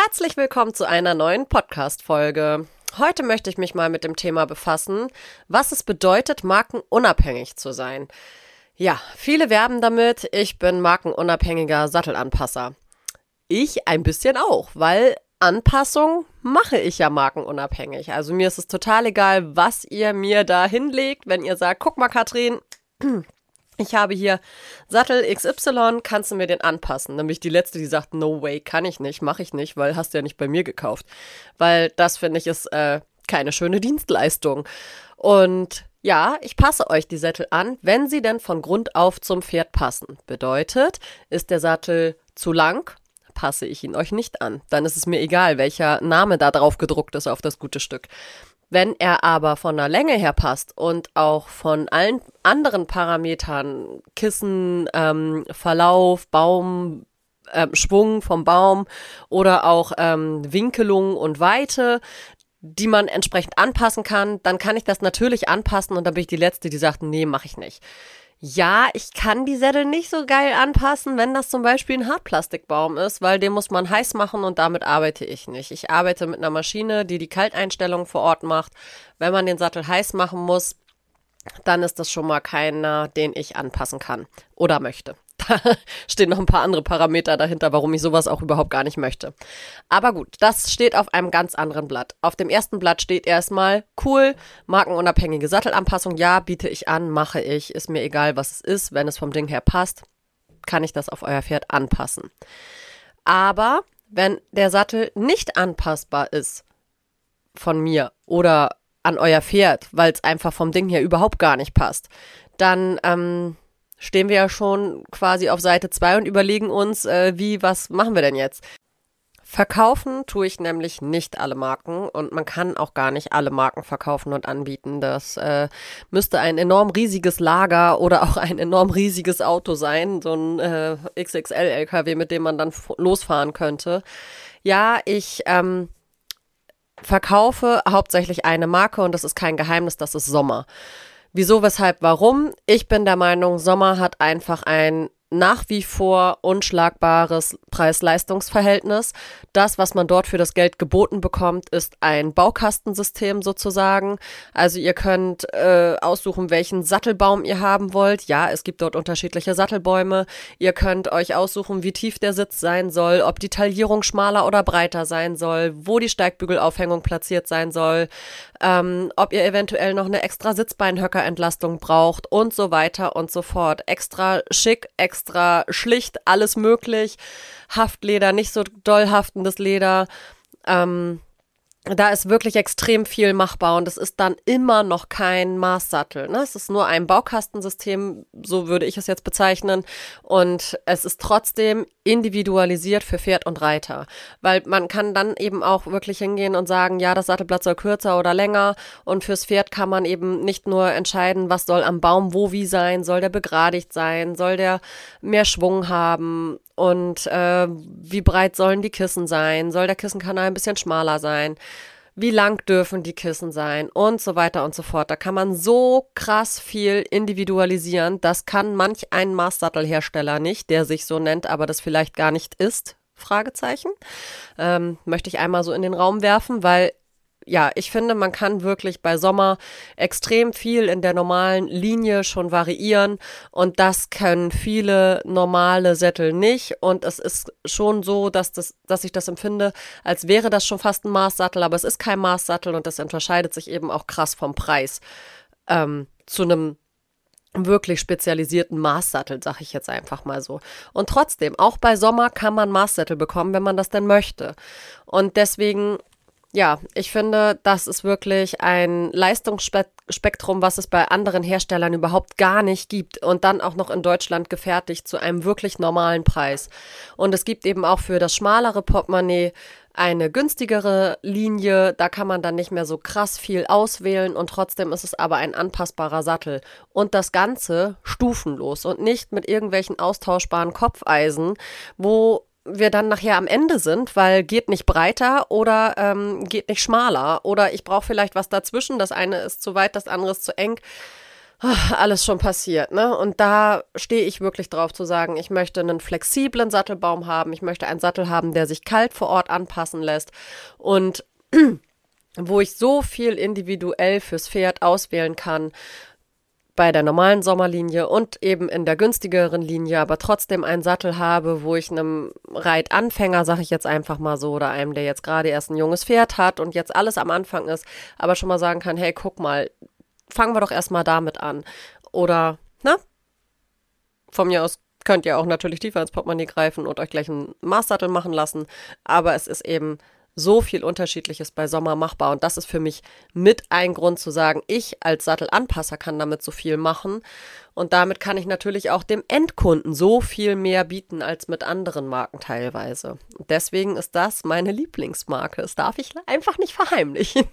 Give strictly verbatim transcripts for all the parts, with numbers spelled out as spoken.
Herzlich willkommen zu einer neuen Podcast-Folge. Heute möchte ich mich mal mit dem Thema befassen, was es bedeutet, markenunabhängig zu sein. Ja, viele werben damit, ich bin markenunabhängiger Sattelanpasser. Ich ein bisschen auch, weil Anpassung mache ich ja markenunabhängig. Also mir ist es total egal, was ihr mir da hinlegt, wenn ihr sagt, guck mal Katrin, ich habe hier Sattel X Y, kannst du mir den anpassen? Nämlich die letzte, die sagt, no way, kann ich nicht, mache ich nicht, weil hast du ja nicht bei mir gekauft. Weil das, finde ich, ist äh, keine schöne Dienstleistung. Und ja, ich passe euch die Sättel an, wenn sie denn von Grund auf zum Pferd passen. Bedeutet, ist der Sattel zu lang, passe ich ihn euch nicht an. Dann ist es mir egal, welcher Name da drauf gedruckt ist auf das gute Stück. Wenn er aber von der Länge her passt und auch von allen anderen Parametern, Kissen, ähm, Verlauf, Baum, äh, Schwung vom Baum oder auch ähm, Winkelung und Weite, die man entsprechend anpassen kann, dann kann ich das natürlich anpassen und dann bin ich die Letzte, die sagt, nee, mache ich nicht. Ja, ich kann die Sättel nicht so geil anpassen, wenn das zum Beispiel ein Hartplastikbaum ist, weil den muss man heiß machen und damit arbeite ich nicht. Ich arbeite mit einer Maschine, die die Kalteinstellung vor Ort macht. Wenn man den Sattel heiß machen muss, dann ist das schon mal keiner, den ich anpassen kann oder möchte. Da stehen noch ein paar andere Parameter dahinter, warum ich sowas auch überhaupt gar nicht möchte. Aber gut, das steht auf einem ganz anderen Blatt. Auf dem ersten Blatt steht erstmal, cool, markenunabhängige Sattelanpassung, ja, biete ich an, mache ich, ist mir egal, was es ist, wenn es vom Ding her passt, kann ich das auf euer Pferd anpassen. Aber wenn der Sattel nicht anpassbar ist von mir oder an euer Pferd, weil es einfach vom Ding her überhaupt gar nicht passt, dann ähm, stehen wir ja schon quasi auf Seite zwei und überlegen uns, äh, wie, was machen wir denn jetzt? Verkaufen tue ich nämlich nicht alle Marken und man kann auch gar nicht alle Marken verkaufen und anbieten. Das äh, müsste ein enorm riesiges Lager oder auch ein enorm riesiges Auto sein, so ein äh, X X L-L K W, mit dem man dann f- losfahren könnte. Ja, ich ähm, verkaufe hauptsächlich eine Marke und das ist kein Geheimnis, das ist Sommer. Wieso, weshalb, warum? Ich bin der Meinung, Sommer hat einfach ein nach wie vor unschlagbares Preis-Leistungs-Verhältnis. Das, was man dort für das Geld geboten bekommt, ist ein Baukastensystem sozusagen. Also ihr könnt äh, aussuchen, welchen Sattelbaum ihr haben wollt. Ja, es gibt dort unterschiedliche Sattelbäume. Ihr könnt euch aussuchen, wie tief der Sitz sein soll, ob die Taillierung schmaler oder breiter sein soll, wo die Steigbügelaufhängung platziert sein soll, ähm, ob ihr eventuell noch eine extra Sitzbeinhöckerentlastung braucht und so weiter und so fort. Extra schick, extra schlicht, alles möglich. Haftleder, nicht so doll haftendes Leder. Ähm, da ist wirklich extrem viel machbar und es ist dann immer noch kein Maßsattel. Ne? Es ist nur ein Baukastensystem, so würde ich es jetzt bezeichnen. Und es ist trotzdem individualisiert für Pferd und Reiter. Weil man kann dann eben auch wirklich hingehen und sagen, ja, das Sattelblatt soll kürzer oder länger. Und fürs Pferd kann man eben nicht nur entscheiden, was soll am Baum wo wie sein. Soll der begradigt sein? Soll der mehr Schwung haben? Und äh, wie breit sollen die Kissen sein? Soll der Kissenkanal ein bisschen schmaler sein? Wie lang dürfen die Kissen sein? Und so weiter und so fort. Da kann man so krass viel individualisieren. Das kann manch ein Maßsattelhersteller nicht, der sich so nennt, aber das vielleicht gar nicht ist. Fragezeichen. Ähm, möchte ich einmal so in den Raum werfen, weil ja, ich finde, man kann wirklich bei Sommer extrem viel in der normalen Linie schon variieren und das können viele normale Sättel nicht und es ist schon so, dass das, dass ich das empfinde, als wäre das schon fast ein Maßsattel, aber es ist kein Maßsattel und das unterscheidet sich eben auch krass vom Preis ähm, zu einem wirklich spezialisierten Maßsattel, sag ich jetzt einfach mal so. Und trotzdem, auch bei Sommer kann man Maßsättel bekommen, wenn man das denn möchte. Und deswegen ja, ich finde, das ist wirklich ein Leistungsspektrum, was es bei anderen Herstellern überhaupt gar nicht gibt und dann auch noch in Deutschland gefertigt zu einem wirklich normalen Preis. Und es gibt eben auch für das schmalere Portemonnaie eine günstigere Linie, da kann man dann nicht mehr so krass viel auswählen und trotzdem ist es aber ein anpassbarer Sattel. Und das Ganze stufenlos und nicht mit irgendwelchen austauschbaren Kopfeisen, wo wir dann nachher am Ende sind, weil geht nicht breiter oder ähm, geht nicht schmaler oder ich brauche vielleicht was dazwischen, das eine ist zu weit, das andere ist zu eng. alles schon passiert, ne? Und da stehe ich wirklich drauf zu sagen, ich möchte einen flexiblen Sattelbaum haben, ich möchte einen Sattel haben, der sich kalt vor Ort anpassen lässt und wo ich so viel individuell fürs Pferd auswählen kann, bei der normalen Sommerlinie und eben in der günstigeren Linie, aber trotzdem einen Sattel habe, wo ich einem Reitanfänger, sag ich jetzt einfach mal so, oder einem, der jetzt gerade erst ein junges Pferd hat und jetzt alles am Anfang ist, aber schon mal sagen kann, hey, guck mal, fangen wir doch erstmal damit an. Oder, ne? Von mir aus könnt ihr auch natürlich tiefer ins Portemonnaie greifen und euch gleich einen Maßsattel machen lassen, aber es ist eben so viel Unterschiedliches bei Sommer machbar und das ist für mich mit ein Grund zu sagen, ich als Sattelanpasser kann damit so viel machen und damit kann ich natürlich auch dem Endkunden so viel mehr bieten als mit anderen Marken teilweise. Und deswegen ist das meine Lieblingsmarke. Das darf ich einfach nicht verheimlichen.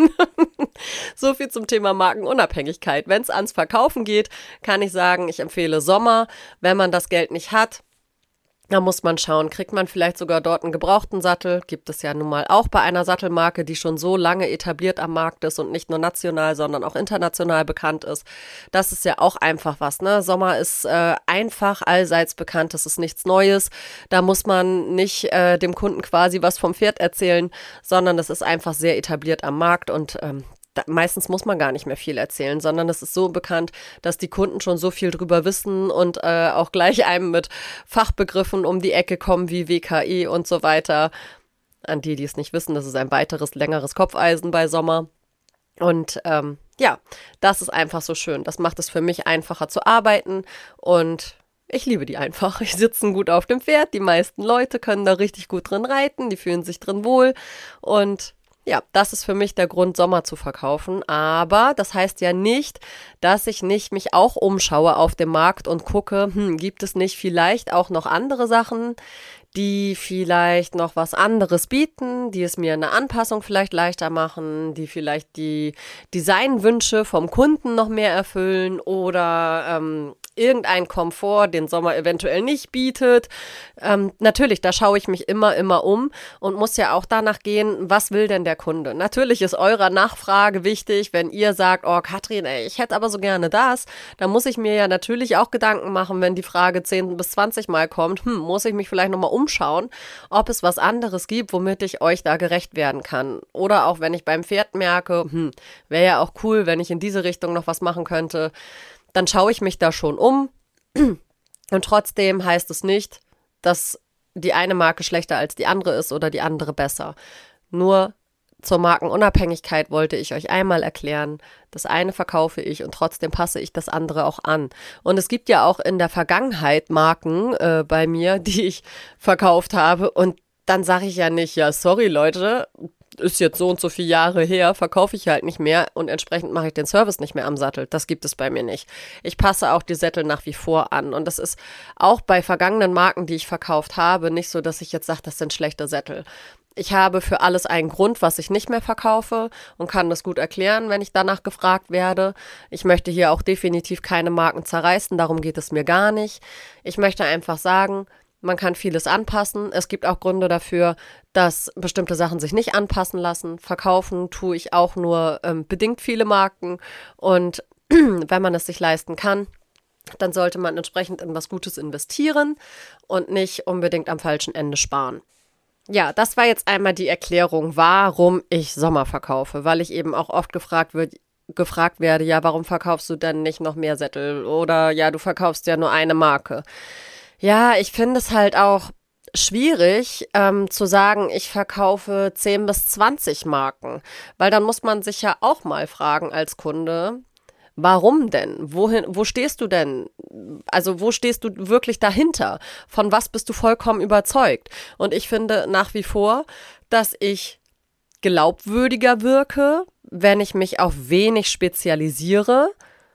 So viel zum Thema Markenunabhängigkeit. Wenn es ans Verkaufen geht, kann ich sagen, ich empfehle Sommer. Wenn man das Geld nicht hat, da muss man schauen, kriegt man vielleicht sogar dort einen gebrauchten Sattel? Gibt es ja nun mal auch bei einer Sattelmarke, die schon so lange etabliert am Markt ist und nicht nur national, sondern auch international bekannt ist. Das ist ja auch einfach was, ne? Sommer ist äh, einfach allseits bekannt, das ist nichts Neues. Da muss man nicht äh, dem Kunden quasi was vom Pferd erzählen, sondern das ist einfach sehr etabliert am Markt und ähm, Da, meistens muss man gar nicht mehr viel erzählen, sondern es ist so bekannt, dass die Kunden schon so viel drüber wissen und äh, auch gleich einem mit Fachbegriffen um die Ecke kommen wie W K E und so weiter. An die, die es nicht wissen, das ist ein weiteres, längeres Kopfeisen bei Sommer. Und ähm, ja, das ist einfach so schön. Das macht es für mich einfacher zu arbeiten und ich liebe die einfach. Ich sitze gut auf dem Pferd, die meisten Leute können da richtig gut drin reiten, die fühlen sich drin wohl und ja, das ist für mich der Grund, Sommer zu verkaufen, aber das heißt ja nicht, dass ich nicht mich auch umschaue auf dem Markt und gucke, hm, gibt es nicht vielleicht auch noch andere Sachen, die vielleicht noch was anderes bieten, die es mir eine Anpassung vielleicht leichter machen, die vielleicht die Designwünsche vom Kunden noch mehr erfüllen oder ähm, irgendein Komfort, den Sommer eventuell nicht bietet. Ähm, natürlich, da schaue ich mich immer, immer um und muss ja auch danach gehen, was will denn der Kunde? Natürlich ist eurer Nachfrage wichtig, wenn ihr sagt, oh Katrin, ey, ich hätte aber so gerne das, dann muss ich mir ja natürlich auch Gedanken machen, wenn die Frage zehn bis zwanzig Mal kommt, hm, muss ich mich vielleicht nochmal umschauen, ob es was anderes gibt, womit ich euch da gerecht werden kann. Oder auch wenn ich beim Pferd merke, hm, wäre ja auch cool, wenn ich in diese Richtung noch was machen könnte, dann schaue ich mich da schon um und trotzdem heißt es nicht, dass die eine Marke schlechter als die andere ist oder die andere besser. Nur zur Markenunabhängigkeit wollte ich euch einmal erklären, das eine verkaufe ich und trotzdem passe ich das andere auch an. Und es gibt ja auch in der Vergangenheit Marken äh, bei mir, die ich verkauft habe und dann sage ich ja nicht, ja sorry Leute, ist jetzt so und so viele Jahre her, verkaufe ich halt nicht mehr und entsprechend mache ich den Service nicht mehr am Sattel. Das gibt es bei mir nicht. Ich passe auch die Sättel nach wie vor an und das ist auch bei vergangenen Marken, die ich verkauft habe, nicht so, dass ich jetzt sage, das sind schlechte Sättel. Ich habe für alles einen Grund, was ich nicht mehr verkaufe und kann das gut erklären, wenn ich danach gefragt werde. Ich möchte hier auch definitiv keine Marken zerreißen, darum geht es mir gar nicht. Ich möchte einfach sagen, man kann vieles anpassen. Es gibt auch Gründe dafür, dass bestimmte Sachen sich nicht anpassen lassen. Verkaufen tue ich auch nur ähm, bedingt viele Marken. Und wenn man es sich leisten kann, dann sollte man entsprechend in was Gutes investieren und nicht unbedingt am falschen Ende sparen. Ja, das war jetzt einmal die Erklärung, warum ich Sommer verkaufe, weil ich eben auch oft gefragt wird, gefragt werde, ja, warum verkaufst du denn nicht noch mehr Sättel? Oder ja, du verkaufst ja nur eine Marke. Ja, ich finde es halt auch schwierig ähm, zu sagen, ich verkaufe zehn bis zwanzig Marken, weil dann muss man sich ja auch mal fragen als Kunde, warum denn? Wohin, wo stehst du denn? Also wo stehst du wirklich dahinter? Von was bist du vollkommen überzeugt? Und ich finde nach wie vor, dass ich glaubwürdiger wirke, wenn ich mich auf wenig spezialisiere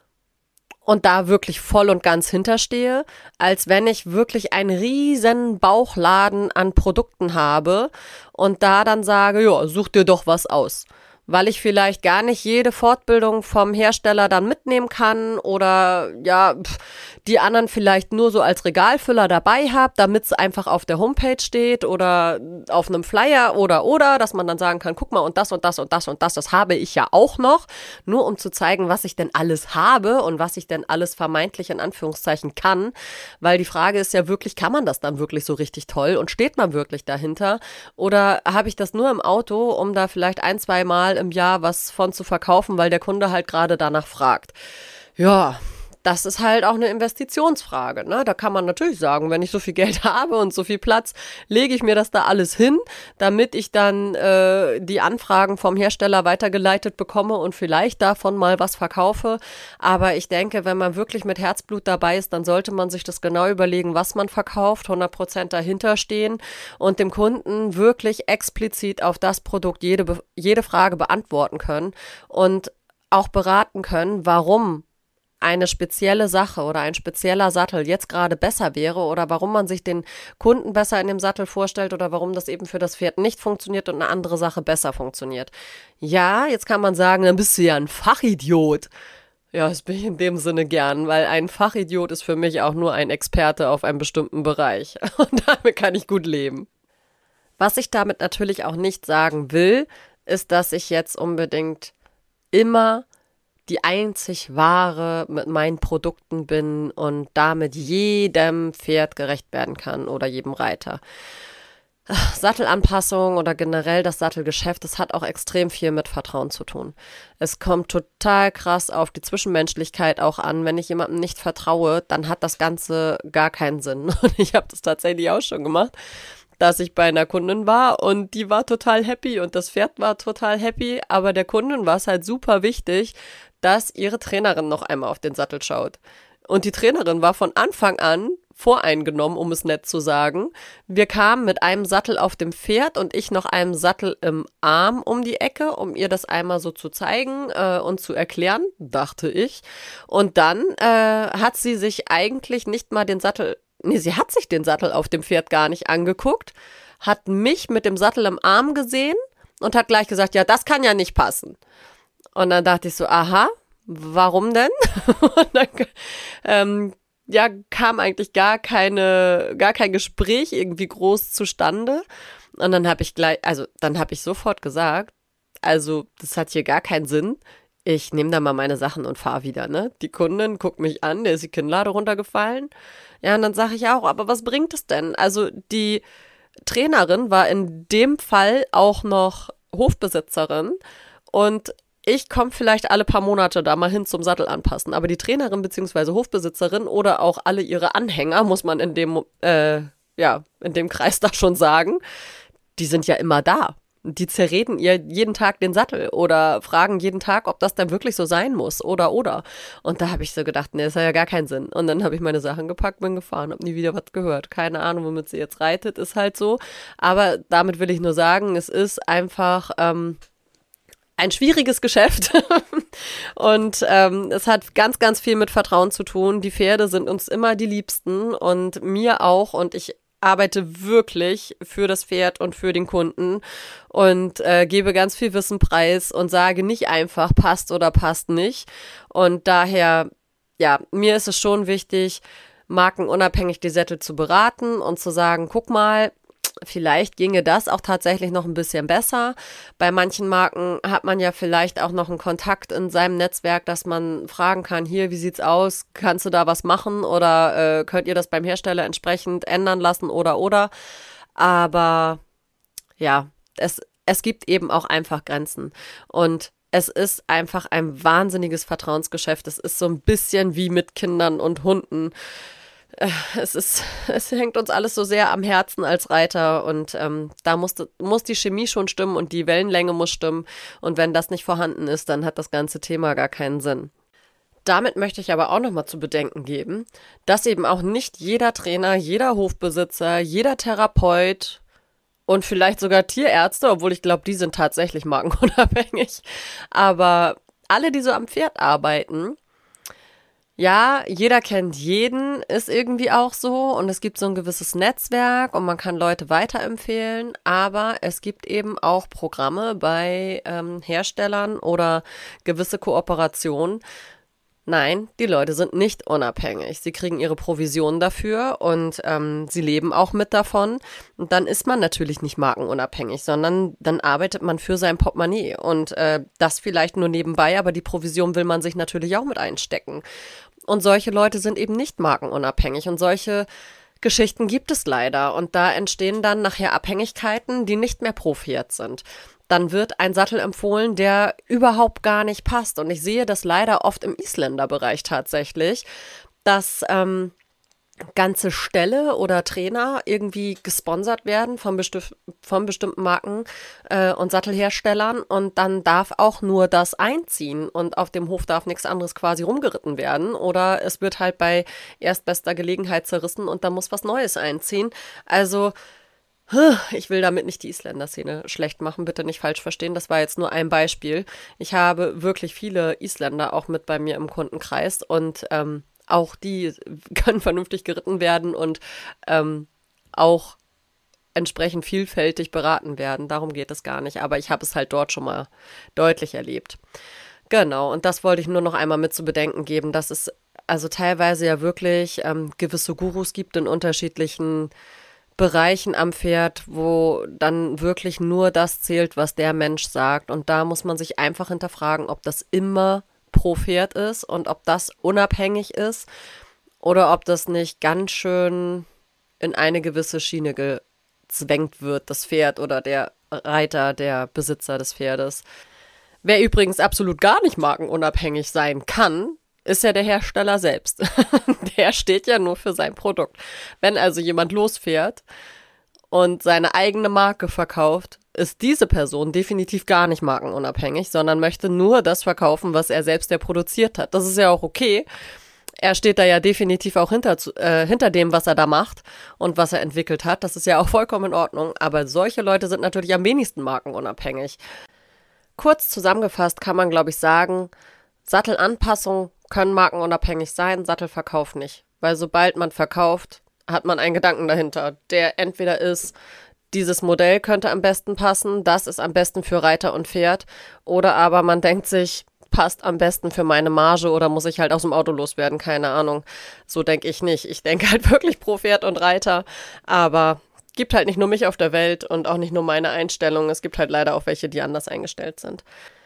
und da wirklich voll und ganz hinterstehe, als wenn ich wirklich einen riesen Bauchladen an Produkten habe und da dann sage, ja, such dir doch was aus. weil ich vielleicht gar nicht jede Fortbildung vom Hersteller dann mitnehmen kann oder ja, pf, die anderen vielleicht nur so als Regalfüller dabei habe, damit es einfach auf der Homepage steht oder auf einem Flyer oder oder, dass man dann sagen kann, guck mal und das und das und das und das, das habe ich ja auch noch, nur um zu zeigen, was ich denn alles habe und was ich denn alles vermeintlich in Anführungszeichen kann, weil die Frage ist ja wirklich, kann man das dann wirklich so richtig toll und steht man wirklich dahinter oder habe ich das nur im Auto, um da vielleicht ein, zwei Mal im Jahr was von zu verkaufen, weil der Kunde halt gerade danach fragt. Ja, das ist halt auch eine Investitionsfrage, ne? Da kann man natürlich sagen, wenn ich so viel Geld habe und so viel Platz, lege ich mir das da alles hin, damit ich dann äh, die Anfragen vom Hersteller weitergeleitet bekomme und vielleicht davon mal was verkaufe. Aber ich denke, wenn man wirklich mit Herzblut dabei ist, dann sollte man sich das genau überlegen, was man verkauft, hundert Prozent dahinter stehen und dem Kunden wirklich explizit auf das Produkt jede, jede Frage beantworten können und auch beraten können, warum eine spezielle Sache oder ein spezieller Sattel jetzt gerade besser wäre oder warum man sich den Kunden besser in dem Sattel vorstellt oder warum das eben für das Pferd nicht funktioniert und eine andere Sache besser funktioniert. Ja, jetzt kann man sagen, dann bist du ja ein Fachidiot. Ja, das bin ich in dem Sinne gern, weil ein Fachidiot ist für mich auch nur ein Experte auf einem bestimmten Bereich und damit kann ich gut leben. Was ich damit natürlich auch nicht sagen will, ist, dass ich jetzt unbedingt immer die einzig wahre mit meinen Produkten bin und damit jedem Pferd gerecht werden kann oder jedem Reiter. Sattelanpassung oder generell das Sattelgeschäft, das hat auch extrem viel mit Vertrauen zu tun. Es kommt total krass auf die Zwischenmenschlichkeit auch an. Wenn ich jemandem nicht vertraue, dann hat das Ganze gar keinen Sinn. Und ich habe das tatsächlich auch schon gemacht, dass ich bei einer Kundin war und die war total happy und das Pferd war total happy, aber der Kundin war es halt super wichtig, dass ihre Trainerin noch einmal auf den Sattel schaut. Und die Trainerin war von Anfang an voreingenommen, um es nett zu sagen. Wir kamen mit einem Sattel auf dem Pferd und ich noch einem Sattel im Arm um die Ecke, um ihr das einmal so zu zeigen äh, und zu erklären, dachte ich. Und dann äh, hat sie sich eigentlich nicht mal den Sattel, nee, sie hat sich den Sattel auf dem Pferd gar nicht angeguckt, hat mich mit dem Sattel im Arm gesehen und hat gleich gesagt, ja, das kann ja nicht passen. Und dann dachte ich so, aha, warum denn? Und dann ähm, ja, kam eigentlich gar keine, gar kein Gespräch irgendwie groß zustande. Und dann habe ich gleich, also dann habe ich sofort gesagt, also das hat hier gar keinen Sinn. Ich nehme da mal meine Sachen und fahre wieder, ne? Die Kundin guckt mich an, der ist die Kinnlade runtergefallen. Ja, und dann sage ich auch, aber was bringt es denn? Also die Trainerin war in dem Fall auch noch Hofbesitzerin und ich komme vielleicht alle paar Monate da mal hin zum Sattel anpassen, aber die Trainerin bzw. Hofbesitzerin oder auch alle ihre Anhänger, muss man in dem, äh, ja, in dem Kreis da schon sagen, die sind ja immer da. Die zerreden ihr jeden Tag den Sattel oder fragen jeden Tag, ob das dann wirklich so sein muss oder oder. Und da habe ich so gedacht, nee, das hat ja gar keinen Sinn. Und dann habe ich meine Sachen gepackt, bin gefahren, habe nie wieder was gehört. Keine Ahnung, womit sie jetzt reitet, ist halt so. Aber damit will ich nur sagen, es ist einfach ähm, ein schwieriges Geschäft und ähm, es hat ganz, ganz viel mit Vertrauen zu tun. Die Pferde sind uns immer die Liebsten und mir auch und ich arbeite wirklich für das Pferd und für den Kunden und äh, gebe ganz viel Wissen preis und sage nicht einfach, passt oder passt nicht. Und daher, ja, mir ist es schon wichtig, markenunabhängig die Sättel zu beraten und zu sagen, guck mal, vielleicht ginge das auch tatsächlich noch ein bisschen besser. Bei manchen Marken hat man ja vielleicht auch noch einen Kontakt in seinem Netzwerk, dass man fragen kann, hier, wie sieht's aus? Kannst du da was machen? Oder äh, könnt ihr das beim Hersteller entsprechend ändern lassen oder oder? Aber ja, es, es gibt eben auch einfach Grenzen. Und es ist einfach ein wahnsinniges Vertrauensgeschäft. Es ist so ein bisschen wie mit Kindern und Hunden. Es ist, es hängt uns alles so sehr am Herzen als Reiter und ähm, da muss, muss die Chemie schon stimmen und die Wellenlänge muss stimmen und wenn das nicht vorhanden ist, dann hat das ganze Thema gar keinen Sinn. Damit möchte ich aber auch nochmal zu bedenken geben, dass eben auch nicht jeder Trainer, jeder Hofbesitzer, jeder Therapeut und vielleicht sogar Tierärzte, obwohl ich glaube, die sind tatsächlich markenunabhängig, aber alle, die so am Pferd arbeiten, Ja, jeder kennt jeden, ist irgendwie auch so und es gibt so ein gewisses Netzwerk und man kann Leute weiterempfehlen, aber es gibt eben auch Programme bei ähm, Herstellern oder gewisse Kooperationen. Nein, die Leute sind nicht unabhängig. Sie kriegen ihre Provision dafür und ähm, sie leben auch mit davon. Und dann ist man natürlich nicht markenunabhängig, sondern dann arbeitet man für sein Portemonnaie. Und äh, das vielleicht nur nebenbei, aber die Provision will man sich natürlich auch mit einstecken. Und solche Leute sind eben nicht markenunabhängig. Und solche Geschichten gibt es leider. Und da entstehen dann nachher Abhängigkeiten, die nicht mehr profiert sind. Dann wird ein Sattel empfohlen, der überhaupt gar nicht passt. Und ich sehe das leider oft im Isländerbereich tatsächlich, dass ähm, ganze Ställe oder Trainer irgendwie gesponsert werden von, besti- von bestimmten Marken äh, und Sattelherstellern und dann darf auch nur das einziehen und auf dem Hof darf nichts anderes quasi rumgeritten werden oder es wird halt bei erstbester Gelegenheit zerrissen und da muss was Neues einziehen. Also ich will damit nicht die Isländer-Szene schlecht machen, bitte nicht falsch verstehen. Das war jetzt nur ein Beispiel. Ich habe wirklich viele Isländer auch mit bei mir im Kundenkreis und ähm, auch die können vernünftig geritten werden und ähm, auch entsprechend vielfältig beraten werden. Darum geht es gar nicht. Aber ich habe es halt dort schon mal deutlich erlebt. Genau, und das wollte ich nur noch einmal mit zu bedenken geben, dass es also teilweise ja wirklich ähm, gewisse Gurus gibt in unterschiedlichen Bereichen am Pferd, wo dann wirklich nur das zählt, was der Mensch sagt. Und da muss man sich einfach hinterfragen, ob das immer pro Pferd ist und ob das unabhängig ist oder ob das nicht ganz schön in eine gewisse Schiene gezwängt wird, das Pferd oder der Reiter, der Besitzer des Pferdes. Wer übrigens absolut gar nicht markenunabhängig sein kann, ist ja der Hersteller selbst. Der steht ja nur für sein Produkt. Wenn also jemand losfährt und seine eigene Marke verkauft, ist diese Person definitiv gar nicht markenunabhängig, sondern möchte nur das verkaufen, was er selbst ja produziert hat. Das ist ja auch okay. Er steht da ja definitiv auch hinter, äh, hinter dem, was er da macht und was er entwickelt hat. Das ist ja auch vollkommen in Ordnung. Aber solche Leute sind natürlich am wenigsten markenunabhängig. Kurz zusammengefasst kann man, glaube ich, sagen, Sattelanpassungen können markenunabhängig sein, Sattelverkauf nicht. Weil sobald man verkauft, hat man einen Gedanken dahinter, der entweder ist, dieses Modell könnte am besten passen, das ist am besten für Reiter und Pferd, oder aber man denkt sich, passt am besten für meine Marge oder muss ich halt aus dem Auto loswerden, keine Ahnung. So denke ich nicht. Ich denke halt wirklich pro Pferd und Reiter, aber gibt halt nicht nur mich auf der Welt und auch nicht nur meine Einstellung, es gibt halt leider auch welche, die anders eingestellt sind.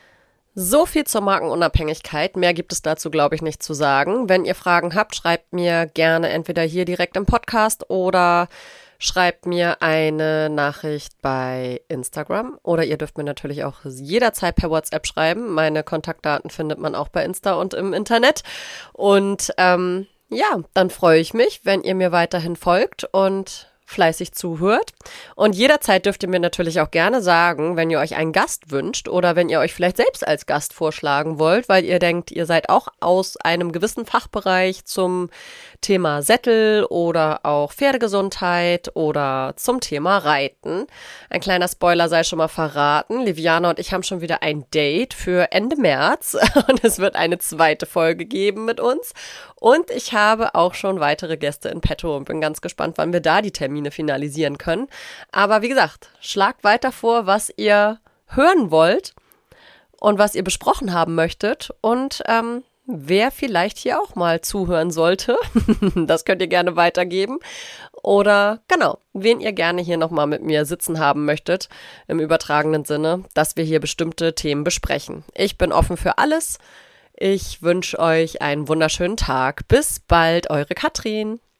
So viel zur Markenunabhängigkeit. Mehr gibt es dazu, glaube ich, nicht zu sagen. Wenn ihr Fragen habt, schreibt mir gerne entweder hier direkt im Podcast oder schreibt mir eine Nachricht bei Instagram. Oder ihr dürft mir natürlich auch jederzeit per WhatsApp schreiben. Meine Kontaktdaten findet man auch bei Insta und im Internet. Und ähm, ja, dann freue ich mich, wenn ihr mir weiterhin folgt und fleißig zuhört. Und jederzeit dürft ihr mir natürlich auch gerne sagen, wenn ihr euch einen Gast wünscht oder wenn ihr euch vielleicht selbst als Gast vorschlagen wollt, weil ihr denkt, ihr seid auch aus einem gewissen Fachbereich zum Thema Sättel oder auch Pferdegesundheit oder zum Thema Reiten. Ein kleiner Spoiler sei schon mal verraten. Liviana und ich haben schon wieder ein Date für Ende März und es wird eine zweite Folge geben mit uns. Und ich habe auch schon weitere Gäste in petto und bin ganz gespannt, wann wir da die Termine finalisieren können. Aber wie gesagt, schlagt weiter vor, was ihr hören wollt und was ihr besprochen haben möchtet und ähm, wer vielleicht hier auch mal zuhören sollte. Das könnt ihr gerne weitergeben. Oder genau, wen ihr gerne hier nochmal mit mir sitzen haben möchtet, im übertragenen Sinne, dass wir hier bestimmte Themen besprechen. Ich bin offen für alles. Ich wünsche euch einen wunderschönen Tag. Bis bald, eure Katrin.